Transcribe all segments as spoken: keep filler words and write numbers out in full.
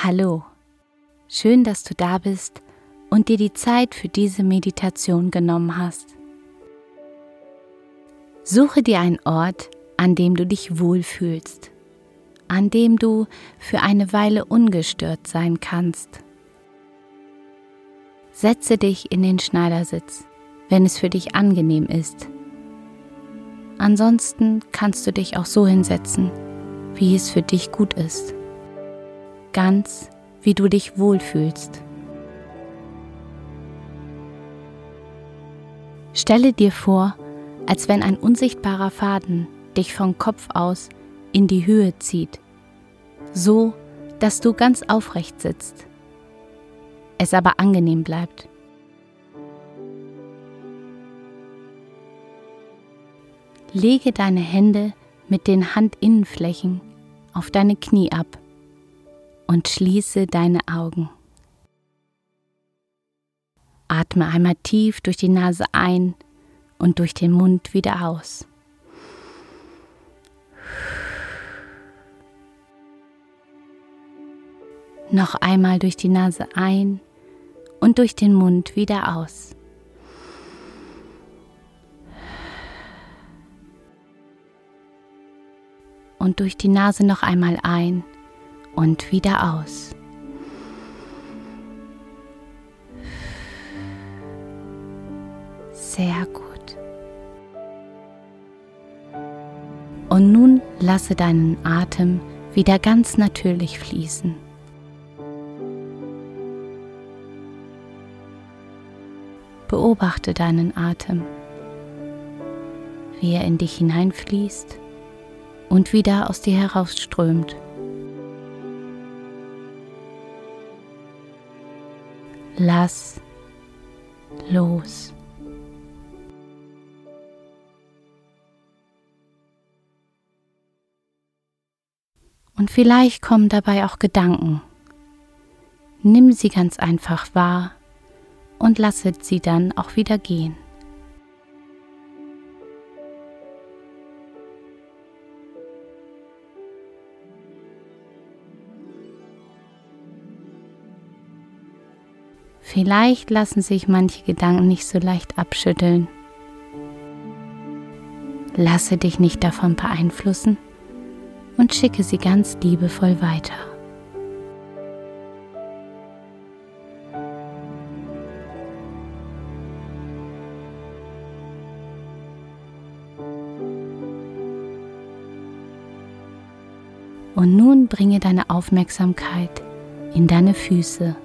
Hallo, schön, dass du da bist und dir die Zeit für diese Meditation genommen hast. Suche dir einen Ort, an dem du dich wohlfühlst, an dem du für eine Weile ungestört sein kannst. Setze dich in den Schneidersitz, wenn es für dich angenehm ist. Ansonsten kannst du dich auch so hinsetzen, wie es für dich gut ist. Ganz wie du dich wohlfühlst. Stelle dir vor, als wenn ein unsichtbarer Faden dich vom Kopf aus in die Höhe zieht, so dass du ganz aufrecht sitzt, es aber angenehm bleibt. Lege deine Hände mit den Handinnenflächen auf deine Knie ab und schließe deine Augen. Atme einmal tief durch die Nase ein und durch den Mund wieder aus. Noch einmal durch die Nase ein und durch den Mund wieder aus. Und durch die Nase noch einmal ein und wieder aus. Sehr gut. Und nun lasse deinen Atem wieder ganz natürlich fließen. Beobachte deinen Atem, wie er in dich hineinfließt und wieder aus dir herausströmt. Lass los. Und vielleicht kommen dabei auch Gedanken. Nimm sie ganz einfach wahr und lasse sie dann auch wieder gehen. Vielleicht lassen sich manche Gedanken nicht so leicht abschütteln. Lasse dich nicht davon beeinflussen und schicke sie ganz liebevoll weiter. Und nun bringe deine Aufmerksamkeit in deine Füße.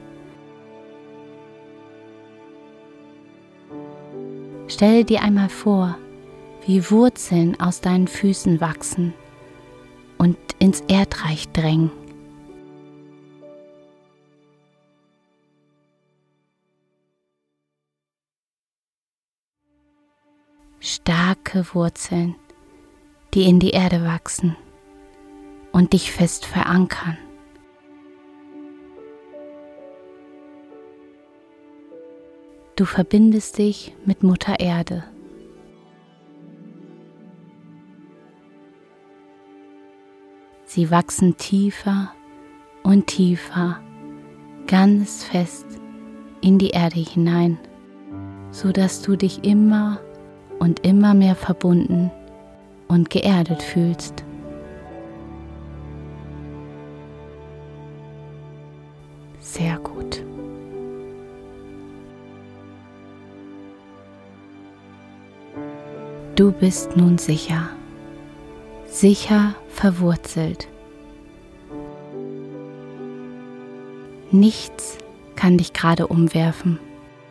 Stelle dir einmal vor, wie Wurzeln aus deinen Füßen wachsen und ins Erdreich drängen. Starke Wurzeln, die in die Erde wachsen und dich fest verankern. Du verbindest dich mit Mutter Erde. Sie wachsen tiefer und tiefer, ganz fest in die Erde hinein, so dass du dich immer und immer mehr verbunden und geerdet fühlst. Sehr gut. Du bist nun sicher, sicher verwurzelt. Nichts kann dich gerade umwerfen.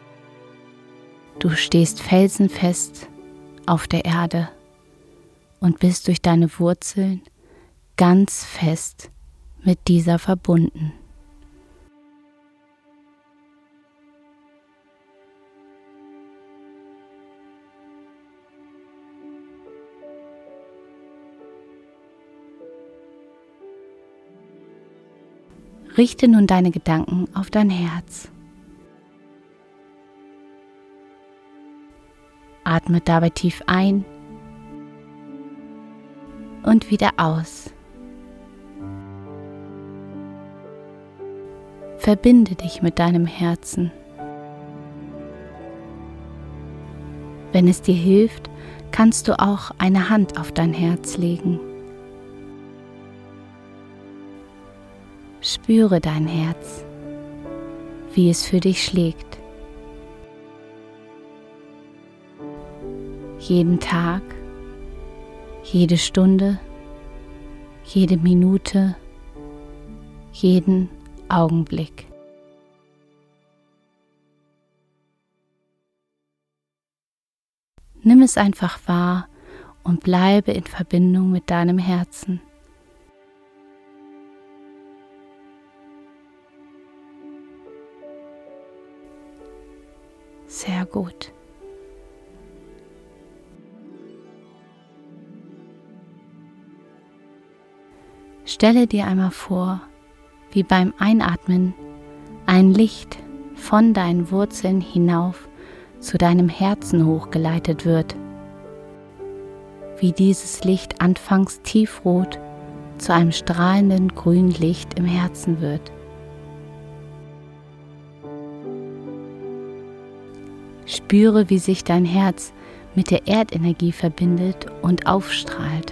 Du stehst felsenfest auf der Erde und bist durch deine Wurzeln ganz fest mit dieser verbunden. Richte nun deine Gedanken auf dein Herz. Atme dabei tief ein und wieder aus. verbinde dich mit deinem Herzen. Wenn es dir hilft, kannst du auch eine Hand auf dein Herz legen. Spüre dein Herz, wie es für dich schlägt. Jeden Tag, jede Stunde, jede Minute, jeden Augenblick. Nimm es einfach wahr und bleibe in Verbindung mit deinem Herzen. Sehr gut. Stelle dir einmal vor, wie beim Einatmen ein Licht von deinen Wurzeln hinauf zu deinem Herzen hochgeleitet wird, wie dieses Licht anfangs tiefrot zu einem strahlenden grünen Licht im Herzen wird. Spüre, wie sich dein Herz mit der Erdenergie verbindet und aufstrahlt.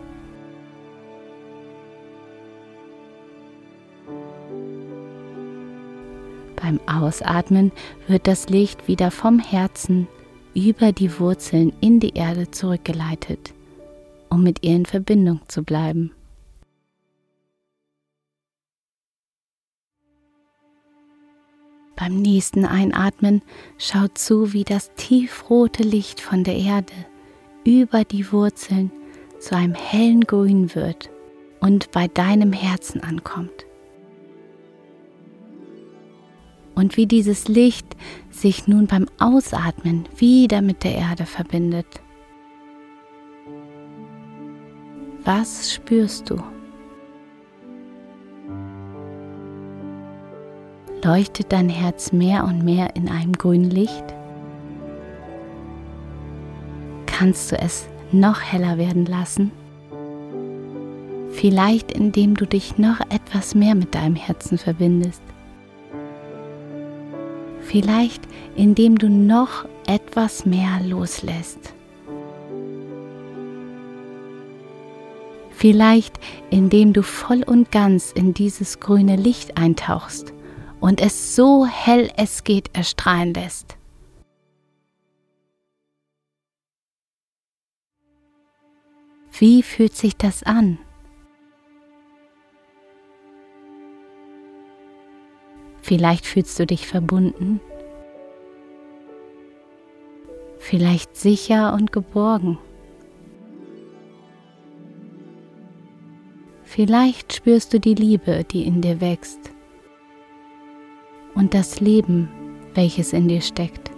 Beim Ausatmen wird das Licht wieder vom Herzen über die Wurzeln in die Erde zurückgeleitet, um mit ihr in Verbindung zu bleiben. Beim nächsten Einatmen schau zu, wie das tiefrote Licht von der Erde über die Wurzeln zu einem hellen Grün wird und bei deinem Herzen ankommt. Und wie dieses Licht sich nun beim Ausatmen wieder mit der Erde verbindet. Was spürst du? Leuchtet dein Herz mehr und mehr in einem grünen Licht? Kannst du es noch heller werden lassen? Vielleicht indem du dich noch etwas mehr mit deinem Herzen verbindest. Vielleicht indem du noch etwas mehr loslässt. Vielleicht indem du voll und ganz in dieses grüne Licht eintauchst und es so hell es geht erstrahlen lässt. Wie fühlt sich das an? Vielleicht fühlst du dich verbunden, vielleicht sicher und geborgen. Vielleicht spürst du die Liebe, die in dir wächst, und das Leben, welches in dir steckt.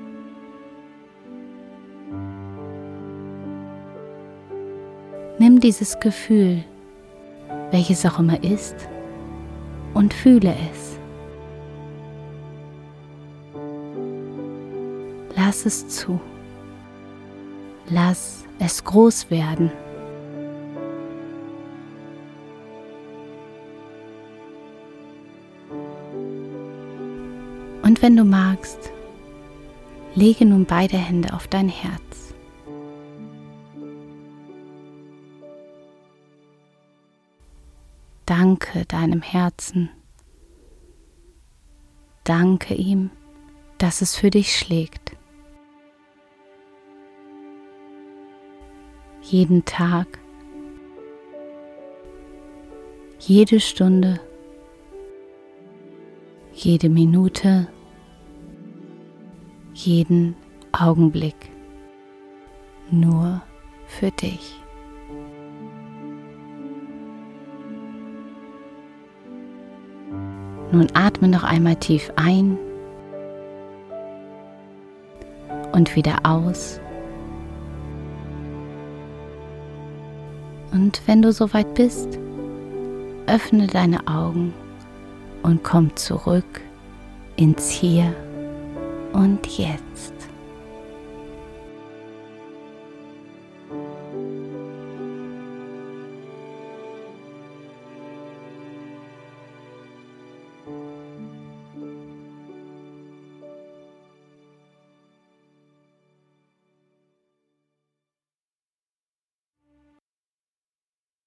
Nimm dieses Gefühl, welches auch immer ist, und fühle es. Lass es zu. Lass es groß werden. Und wenn du magst, lege nun beide Hände auf dein Herz. Danke deinem Herzen. Danke ihm, dass es für dich schlägt. Jeden Tag, jede Stunde, jede Minute, jeden Augenblick, nur für dich. Nun atme noch einmal tief ein und wieder aus. Und wenn du soweit bist, öffne deine Augen und komm zurück ins Hier und Jetzt.